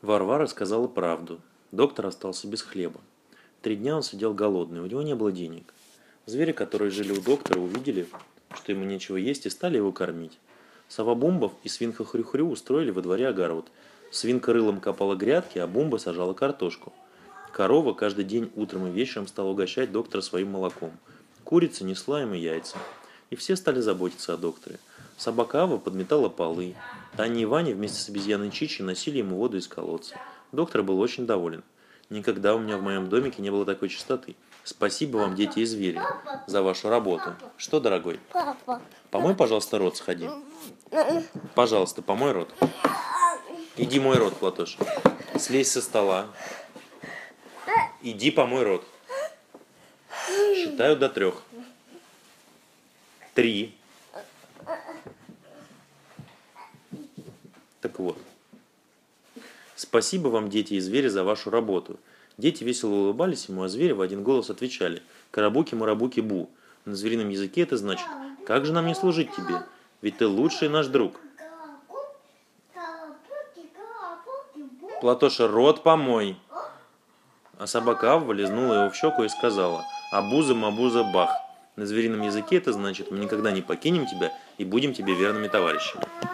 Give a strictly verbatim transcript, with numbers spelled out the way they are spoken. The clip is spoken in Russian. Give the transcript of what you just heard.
Варвара сказала правду. Доктор остался без хлеба. Три дня он сидел голодный, у него не было денег. Звери, которые жили у доктора, увидели, что ему нечего есть, и стали его кормить. Сова Бумбов и свинка Хрю-Хрю устроили во дворе огород. Свинка рылом копала грядки, а Бумба сажала картошку. Корова каждый день утром и вечером стала угощать доктора своим молоком. Курица несла ему яйца. И все стали заботиться о докторе. Собака Ава подметала полы. Таня и Ваня вместе с обезьяной Чичи носили ему воду из колодца. Доктор был очень доволен. Никогда у меня в моем домике не было такой чистоты. Спасибо вам, дети и звери, за вашу работу. Что, дорогой? Помой, пожалуйста, рот, сходи. Пожалуйста, помой рот. Иди мой рот, Платош. Слезь со стола. Иди помой рот. Считаю до трех. Три. Так вот. Спасибо вам, дети и звери, за вашу работу. Дети весело улыбались ему, а звери в один голос отвечали: «Карабуки-мурабуки-бу». На зверином языке это значит: «Как же нам не служить тебе? Ведь ты лучший наш друг». Платоша, рот помой. А собака Авва лизнула его в щеку и сказала: «Абуза-мабуза-бах». На зверином языке это значит: «Мы никогда не покинем тебя и будем тебе верными товарищами».